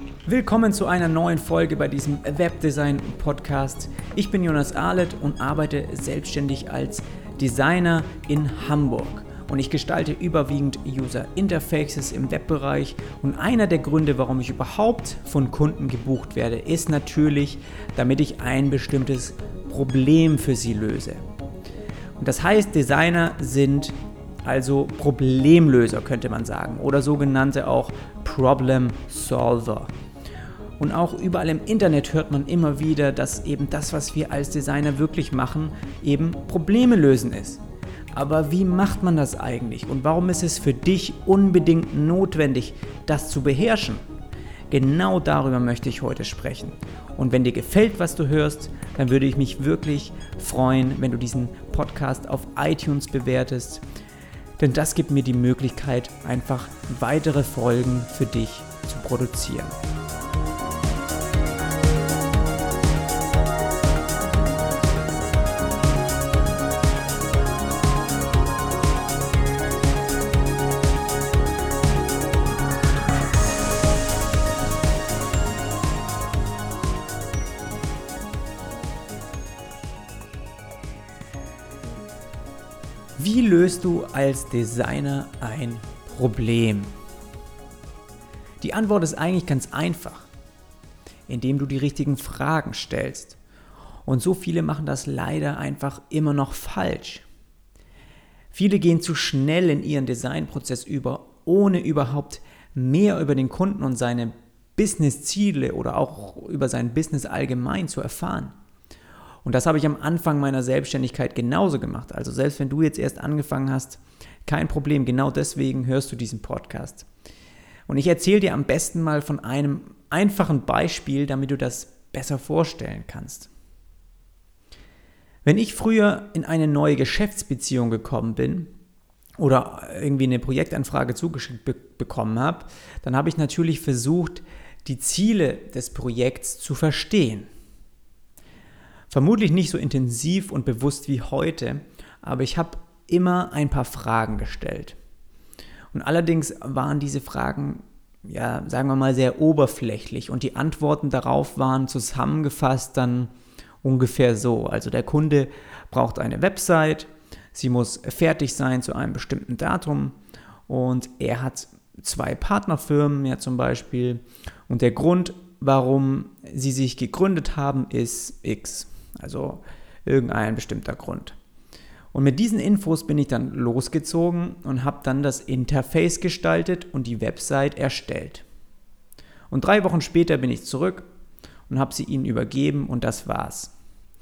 Willkommen zu einer neuen Folge bei diesem Webdesign-Podcast. Ich bin Jonas Ahlet und arbeite selbstständig als Designer in Hamburg. Und ich gestalte überwiegend User Interfaces im Webbereich. Und einer der Gründe, warum ich überhaupt von Kunden gebucht werde, ist natürlich, damit ich ein bestimmtes Problem für sie löse. Und das heißt, Designer sind also Problemlöser, könnte man sagen, oder sogenannte auch Problem Solver. Und auch überall im Internet hört man immer wieder, dass eben das, was wir als Designer wirklich machen, eben Probleme lösen ist. Aber wie macht man das eigentlich und warum ist es für dich unbedingt notwendig, das zu beherrschen? Genau darüber möchte ich heute sprechen. Und wenn dir gefällt, was du hörst, dann würde ich mich wirklich freuen, wenn du diesen Podcast auf iTunes bewertest. Denn das gibt mir die Möglichkeit, einfach weitere Folgen für dich zu produzieren. Wie löst du als Designer ein Problem? Die Antwort ist eigentlich ganz einfach, indem du die richtigen Fragen stellst. Und so viele machen das leider einfach immer noch falsch. Viele gehen zu schnell in ihren Designprozess über, ohne überhaupt mehr über den Kunden und seine Businessziele oder auch über sein Business allgemein zu erfahren. Und das habe ich am Anfang meiner Selbstständigkeit genauso gemacht. Also selbst wenn du jetzt erst angefangen hast, kein Problem, genau deswegen hörst du diesen Podcast. Und ich erzähle dir am besten mal von einem einfachen Beispiel, damit du das besser vorstellen kannst. Wenn ich früher in eine neue Geschäftsbeziehung gekommen bin oder irgendwie eine Projektanfrage zugeschickt bekommen habe, dann habe ich natürlich versucht, die Ziele des Projekts zu verstehen. Vermutlich nicht so intensiv und bewusst wie heute, aber ich habe immer ein paar Fragen gestellt. Und allerdings waren diese Fragen, ja, sagen wir mal, sehr oberflächlich und die Antworten darauf waren zusammengefasst dann ungefähr so. Also der Kunde braucht eine Website, sie muss fertig sein zu einem bestimmten Datum und er hat 2 Partnerfirmen, ja zum Beispiel, und der Grund, warum sie sich gegründet haben, ist X. Also irgendein bestimmter Grund. Und mit diesen Infos bin ich dann losgezogen und habe dann das Interface gestaltet und die Website erstellt. Und 3 Wochen später bin ich zurück und habe sie ihnen übergeben und das war's.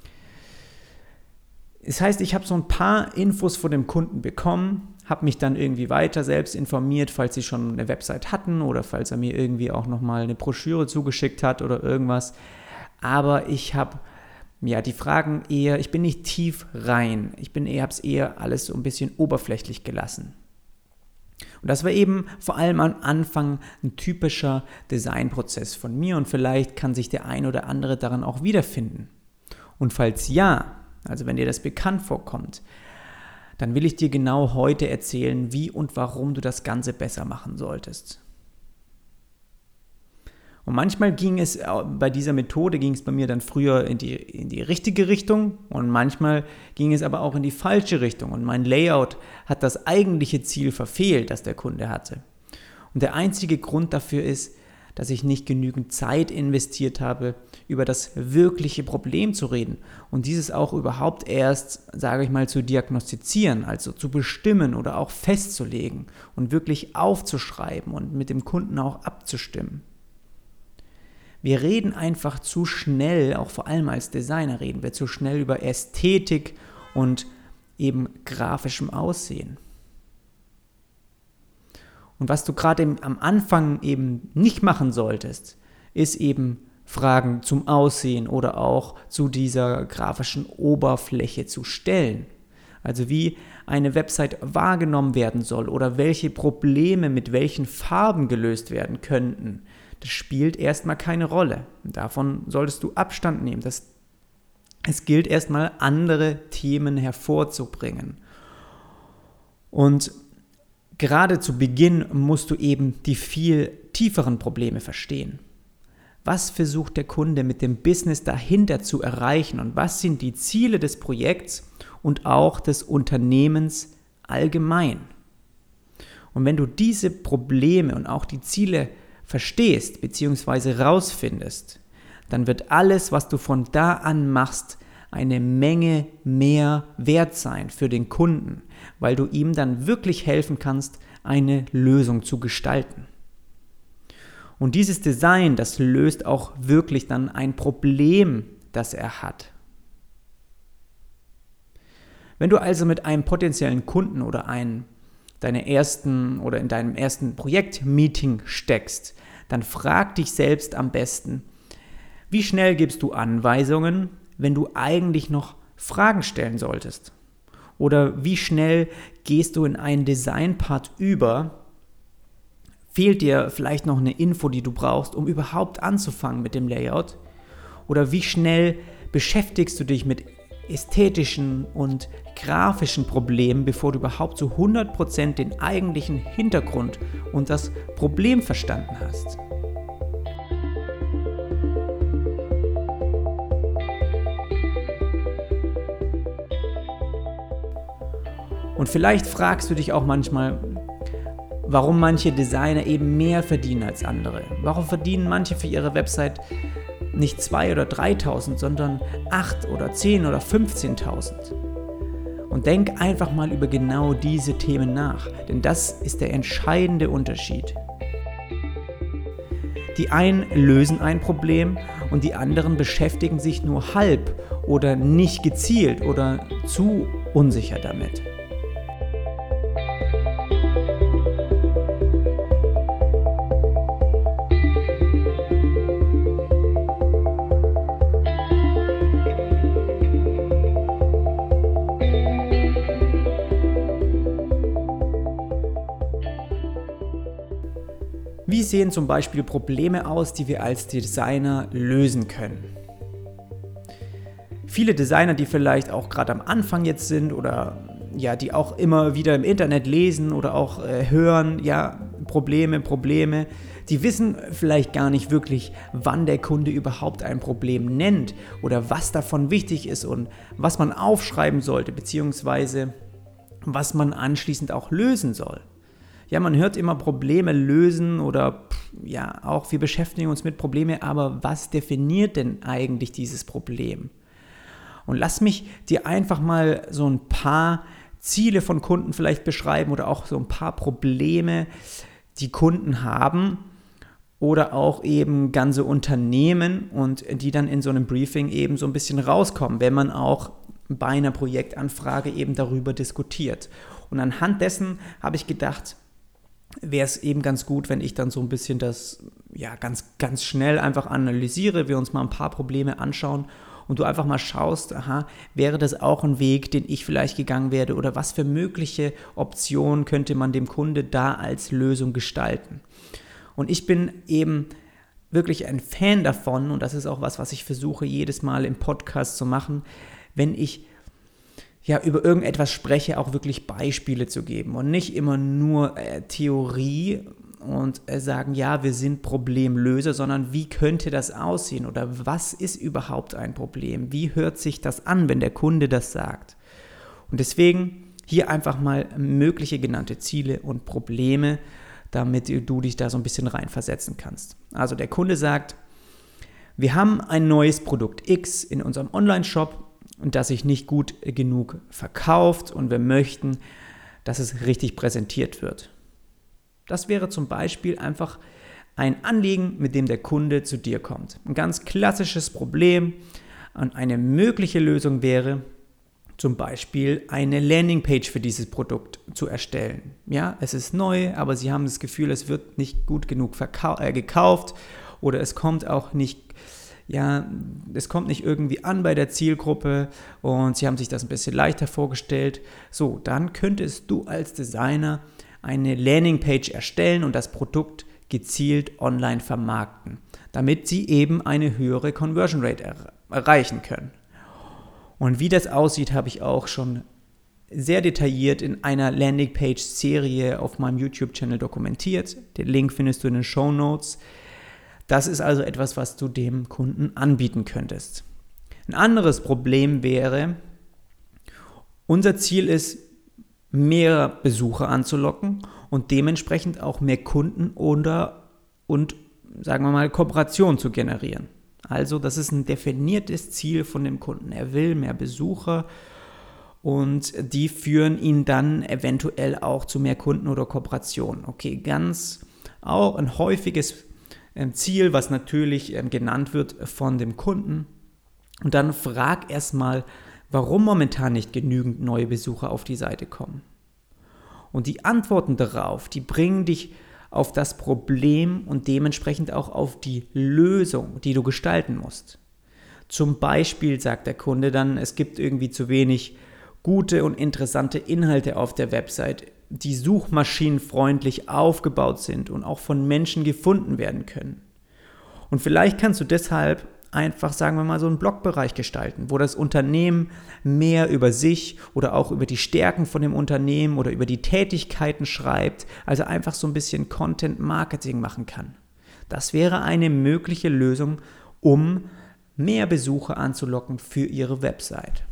Das heißt, ich habe so ein paar Infos von dem Kunden bekommen, habe mich dann irgendwie weiter selbst informiert, falls sie schon eine Website hatten oder falls er mir irgendwie auch nochmal eine Broschüre zugeschickt hat oder irgendwas. Aber ich habe die Fragen eher, ich bin nicht tief rein, habe es eher alles so ein bisschen oberflächlich gelassen. Und das war eben vor allem am Anfang ein typischer Designprozess von mir und vielleicht kann sich der ein oder andere daran auch wiederfinden. Und falls ja, also wenn dir das bekannt vorkommt, dann will ich dir genau heute erzählen, wie und warum du das Ganze besser machen solltest. Und manchmal bei dieser Methode ging es bei mir dann früher in die richtige Richtung und manchmal ging es aber auch in die falsche Richtung und mein Layout hat das eigentliche Ziel verfehlt, das der Kunde hatte. Und der einzige Grund dafür ist, dass ich nicht genügend Zeit investiert habe, über das wirkliche Problem zu reden und dieses auch überhaupt erst, sage ich mal, zu diagnostizieren, also zu bestimmen oder auch festzulegen und wirklich aufzuschreiben und mit dem Kunden auch abzustimmen. Wir reden einfach zu schnell, auch vor allem als Designer reden wir zu schnell über Ästhetik und eben grafischem Aussehen. Und was du gerade am Anfang eben nicht machen solltest, ist eben Fragen zum Aussehen oder auch zu dieser grafischen Oberfläche zu stellen. Also wie eine Website wahrgenommen werden soll oder welche Probleme mit welchen Farben gelöst werden könnten. Das spielt erstmal keine Rolle. Davon solltest du Abstand nehmen. Es gilt erstmal, andere Themen hervorzubringen. Und gerade zu Beginn musst du eben die viel tieferen Probleme verstehen. Was versucht der Kunde mit dem Business dahinter zu erreichen und was sind die Ziele des Projekts und auch des Unternehmens allgemein? Und wenn du diese Probleme und auch die Ziele verstehst bzw. rausfindest, dann wird alles, was du von da an machst, eine Menge mehr wert sein für den Kunden, weil du ihm dann wirklich helfen kannst, eine Lösung zu gestalten. Und dieses Design, das löst auch wirklich dann ein Problem, das er hat. Wenn du also mit einem potenziellen Kunden oder in deinem ersten Projektmeeting steckst, dann frag dich selbst am besten, wie schnell gibst du Anweisungen, wenn du eigentlich noch Fragen stellen solltest? Oder wie schnell gehst du in einen Designpart über? Fehlt dir vielleicht noch eine Info, die du brauchst, um überhaupt anzufangen mit dem Layout? Oder wie schnell beschäftigst du dich mit ästhetischen und grafischen Problemen, bevor du überhaupt zu 100% den eigentlichen Hintergrund und das Problem verstanden hast? Und vielleicht fragst du dich auch manchmal, warum manche Designer eben mehr verdienen als andere. Warum verdienen manche für ihre Website nicht 2.000 oder 3.000, sondern 8.000 oder 10.000 oder 15.000? Und denk einfach mal über genau diese Themen nach, denn das ist der entscheidende Unterschied. Die einen lösen ein Problem und die anderen beschäftigen sich nur halb oder nicht gezielt oder zu unsicher damit. Wie sehen zum Beispiel Probleme aus, die wir als Designer lösen können? Viele Designer, die vielleicht auch gerade am Anfang jetzt sind oder ja, die auch immer wieder im Internet lesen oder auch hören, ja, Probleme, die wissen vielleicht gar nicht wirklich, wann der Kunde überhaupt ein Problem nennt oder was davon wichtig ist und was man aufschreiben sollte, beziehungsweise was man anschließend auch lösen soll. Ja, man hört immer Probleme lösen oder ja, auch wir beschäftigen uns mit Problemen, aber was definiert denn eigentlich dieses Problem? Und lass mich dir einfach mal so ein paar Ziele von Kunden vielleicht beschreiben oder auch so ein paar Probleme, die Kunden haben oder auch eben ganze Unternehmen und die dann in so einem Briefing eben so ein bisschen rauskommen, wenn man auch bei einer Projektanfrage eben darüber diskutiert. Und anhand dessen habe ich gedacht, wäre es eben ganz gut, wenn ich dann so ein bisschen das ja ganz schnell einfach analysiere, wir uns mal ein paar Probleme anschauen und du einfach mal schaust, wäre das auch ein Weg, den ich vielleicht gegangen wäre oder was für mögliche Optionen könnte man dem Kunde da als Lösung gestalten. Und ich bin eben wirklich ein Fan davon und das ist auch was ich versuche jedes Mal im Podcast zu machen, wenn ich über irgendetwas spreche, auch wirklich Beispiele zu geben und nicht immer nur Theorie und sagen, ja, wir sind Problemlöser, sondern wie könnte das aussehen oder was ist überhaupt ein Problem? Wie hört sich das an, wenn der Kunde das sagt? Und deswegen hier einfach mal mögliche genannte Ziele und Probleme, damit du dich da so ein bisschen reinversetzen kannst. Also der Kunde sagt, wir haben ein neues Produkt X in unserem Online-Shop, und das sich nicht gut genug verkauft und wir möchten, dass es richtig präsentiert wird. Das wäre zum Beispiel einfach ein Anliegen, mit dem der Kunde zu dir kommt. Ein ganz klassisches Problem und eine mögliche Lösung wäre, zum Beispiel eine Landingpage für dieses Produkt zu erstellen. Ja, es ist neu, aber Sie haben das Gefühl, es wird nicht gut genug gekauft oder es kommt auch nicht irgendwie an bei der Zielgruppe und Sie haben sich das ein bisschen leichter vorgestellt. So, dann könntest du als Designer eine Landingpage erstellen und das Produkt gezielt online vermarkten, damit Sie eben eine höhere Conversion Rate erreichen können. Und wie das aussieht, habe ich auch schon sehr detailliert in einer Landingpage-Serie auf meinem YouTube-Channel dokumentiert. Den Link findest du in den Shownotes. Das ist also etwas, was du dem Kunden anbieten könntest. Ein anderes Problem wäre, unser Ziel ist, mehr Besucher anzulocken und dementsprechend auch mehr Kunden und sagen wir mal Kooperation zu generieren. Also das ist ein definiertes Ziel von dem Kunden. Er will mehr Besucher und die führen ihn dann eventuell auch zu mehr Kunden oder Kooperationen. Okay, ganz auch ein häufiges Ziel, was natürlich genannt wird von dem Kunden. Und dann frag erstmal, warum momentan nicht genügend neue Besucher auf die Seite kommen. Und die Antworten darauf, die bringen dich auf das Problem und dementsprechend auch auf die Lösung, die du gestalten musst. Zum Beispiel sagt der Kunde dann, es gibt irgendwie zu wenig gute und interessante Inhalte auf der Website, die suchmaschinenfreundlich aufgebaut sind und auch von Menschen gefunden werden können. Und vielleicht kannst du deshalb einfach, sagen wir mal, so einen Blogbereich gestalten, wo das Unternehmen mehr über sich oder auch über die Stärken von dem Unternehmen oder über die Tätigkeiten schreibt, also einfach so ein bisschen Content-Marketing machen kann. Das wäre eine mögliche Lösung, um mehr Besucher anzulocken für ihre Website.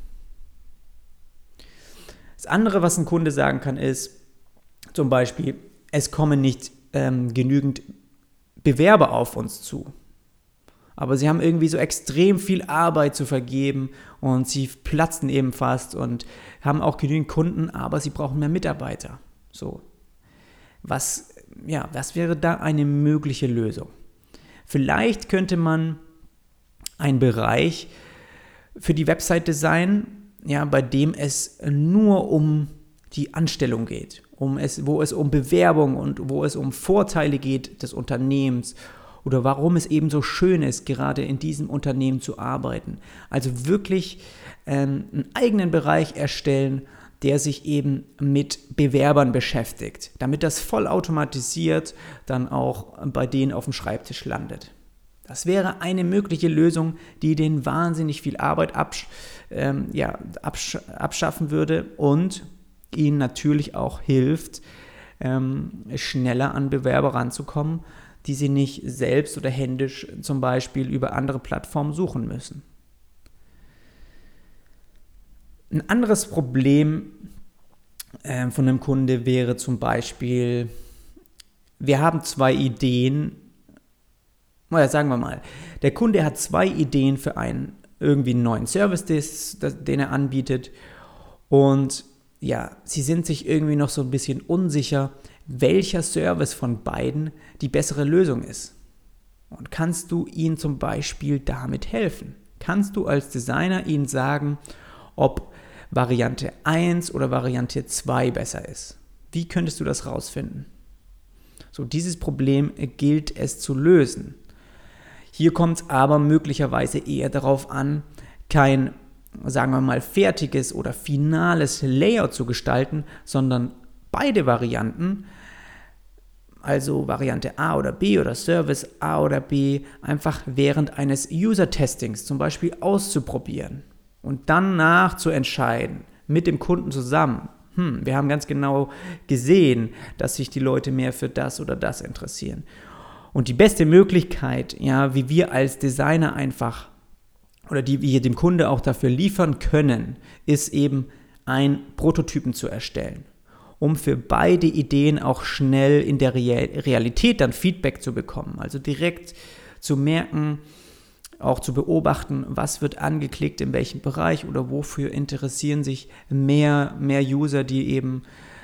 Das andere, was ein Kunde sagen kann, ist zum Beispiel, es kommen nicht genügend Bewerber auf uns zu. Aber sie haben irgendwie so extrem viel Arbeit zu vergeben und sie platzen eben fast und haben auch genügend Kunden, aber sie brauchen mehr Mitarbeiter. So. Was wäre da eine mögliche Lösung? Vielleicht könnte man einen Bereich für die Website designen, bei dem es nur um die Anstellung geht, wo es um Bewerbung und wo es um Vorteile geht des Unternehmens oder warum es eben so schön ist, gerade in diesem Unternehmen zu arbeiten. Also wirklich einen eigenen Bereich erstellen, der sich eben mit Bewerbern beschäftigt, damit das vollautomatisiert dann auch bei denen auf dem Schreibtisch landet. Das wäre eine mögliche Lösung, die denen wahnsinnig viel Arbeit abschaffen würde und ihnen natürlich auch hilft, schneller an Bewerber ranzukommen, die sie nicht selbst oder händisch zum Beispiel über andere Plattformen suchen müssen. Ein anderes Problem von einem Kunde wäre zum Beispiel, wir haben zwei Ideen, oder sagen wir mal, der Kunde hat zwei Ideen für einen neuen Service, den er anbietet und sie sind sich irgendwie noch so ein bisschen unsicher, welcher Service von beiden die bessere Lösung ist. Und kannst du ihnen zum Beispiel damit helfen? Kannst du als Designer ihnen sagen, ob Variante 1 oder Variante 2 besser ist? Wie könntest du das rausfinden? So, dieses Problem gilt es zu lösen. Hier kommt es aber möglicherweise eher darauf an, kein, sagen wir mal, fertiges oder finales Layout zu gestalten, sondern beide Varianten, also Variante A oder B oder Service A oder B, einfach während eines User-Testings zum Beispiel auszuprobieren und dann nachzuentscheiden mit dem Kunden zusammen. Wir haben ganz genau gesehen, dass sich die Leute mehr für das oder das interessieren. Und die beste Möglichkeit, wie wir als Designer einfach oder die wir dem Kunde auch dafür liefern können, ist eben einen Prototypen zu erstellen, um für beide Ideen auch schnell in der Realität dann Feedback zu bekommen. Also direkt zu merken, auch zu beobachten, was wird angeklickt, in welchem Bereich oder wofür interessieren sich mehr User, die eben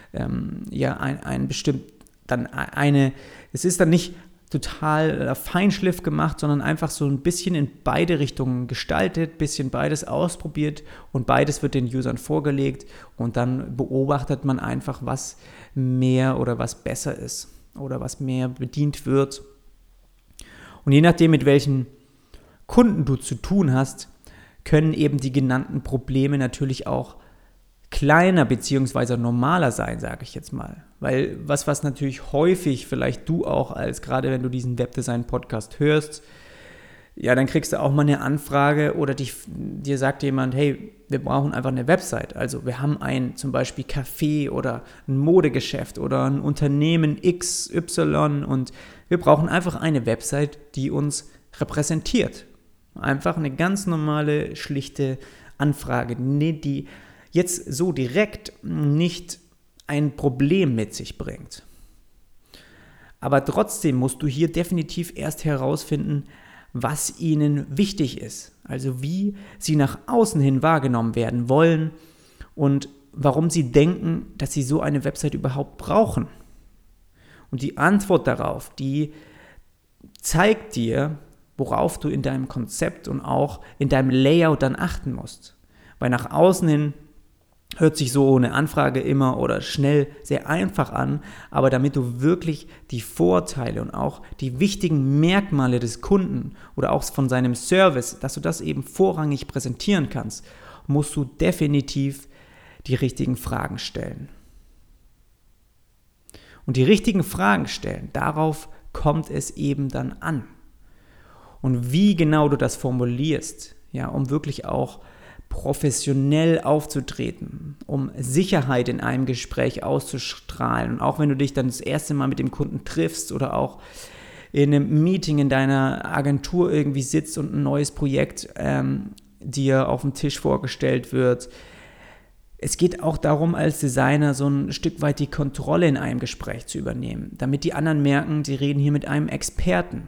es ist dann nicht total Feinschliff gemacht, sondern einfach so ein bisschen in beide Richtungen gestaltet, bisschen beides ausprobiert und beides wird den Usern vorgelegt und dann beobachtet man einfach, was mehr oder was besser ist oder was mehr bedient wird. Und je nachdem, mit welchen Kunden du zu tun hast, können eben die genannten Probleme natürlich auch kleiner bzw. normaler sein, sage ich jetzt mal. Weil was natürlich häufig, vielleicht du auch gerade wenn du diesen Webdesign-Podcast hörst, dann kriegst du auch mal eine Anfrage oder dir sagt jemand, hey, wir brauchen einfach eine Website. Also wir haben zum Beispiel Café oder ein Modegeschäft oder ein Unternehmen XY und Wir brauchen einfach eine Website, die uns repräsentiert. Einfach eine ganz normale, schlichte Anfrage, die jetzt so direkt nicht ein Problem mit sich bringt. Aber trotzdem musst du hier definitiv erst herausfinden, was ihnen wichtig ist. Also wie sie nach außen hin wahrgenommen werden wollen und warum sie denken, dass sie so eine Website überhaupt brauchen. Und die Antwort darauf, die zeigt dir, worauf du in deinem Konzept und auch in deinem Layout dann achten musst. Weil nach außen hin hört sich so eine Anfrage immer oder schnell sehr einfach an, aber damit du wirklich die Vorteile und auch die wichtigen Merkmale des Kunden oder auch von seinem Service, dass du das eben vorrangig präsentieren kannst, musst du definitiv die richtigen Fragen stellen. Und die richtigen Fragen stellen, darauf kommt es eben dann an. Und wie genau du das formulierst, ja, um wirklich auch professionell aufzutreten, um Sicherheit in einem Gespräch auszustrahlen. Und auch wenn du dich dann das erste Mal mit dem Kunden triffst oder auch in einem Meeting in deiner Agentur irgendwie sitzt und ein neues Projekt dir auf dem Tisch vorgestellt wird. Es geht auch darum, als Designer so ein Stück weit die Kontrolle in einem Gespräch zu übernehmen, damit die anderen merken, sie reden hier mit einem Experten.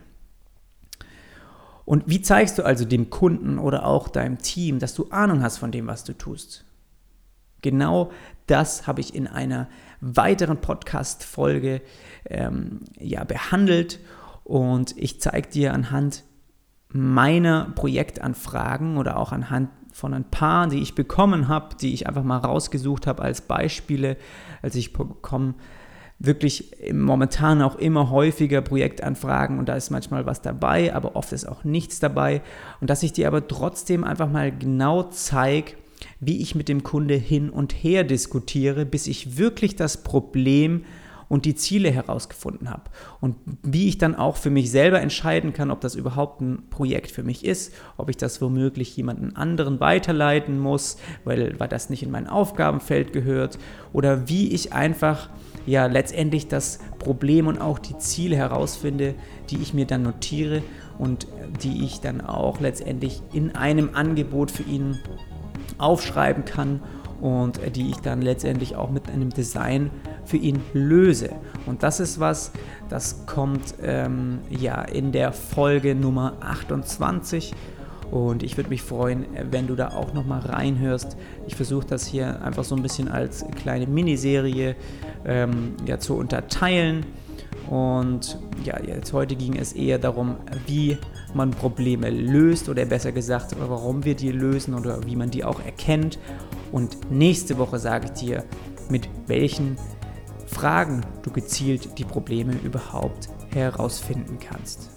Und wie zeigst du also dem Kunden oder auch deinem Team, dass du Ahnung hast von dem, was du tust? Genau das habe ich in einer weiteren Podcast-Folge behandelt und ich zeige dir anhand meiner Projektanfragen oder auch anhand von ein paar, die ich bekommen habe, die ich einfach mal rausgesucht habe als Beispiele. Also ich bekomme wirklich momentan auch immer häufiger Projektanfragen und da ist manchmal was dabei, aber oft ist auch nichts dabei. Und dass ich dir aber trotzdem einfach mal genau zeige, wie ich mit dem Kunde hin und her diskutiere, bis ich wirklich das Problem und die Ziele herausgefunden habe. Und wie ich dann auch für mich selber entscheiden kann, ob das überhaupt ein Projekt für mich ist, ob ich das womöglich jemanden anderen weiterleiten muss, weil das nicht in mein Aufgabenfeld gehört, oder wie ich einfach letztendlich das Problem und auch die Ziele herausfinde, die ich mir dann notiere und die ich dann auch letztendlich in einem Angebot für ihn aufschreiben kann und die ich dann letztendlich auch mit einem Design für ihn löse. Und das ist was, das kommt in der Folge Nummer 28 und ich würde mich freuen, wenn du da auch nochmal reinhörst. Ich versuche das hier einfach so ein bisschen als kleine Miniserie zu unterteilen. Und jetzt heute ging es eher darum, wie man Probleme löst oder besser gesagt, warum wir die lösen oder wie man die auch erkennt. Und nächste Woche sage ich dir, mit welchen Fragen du gezielt die Probleme überhaupt herausfinden kannst.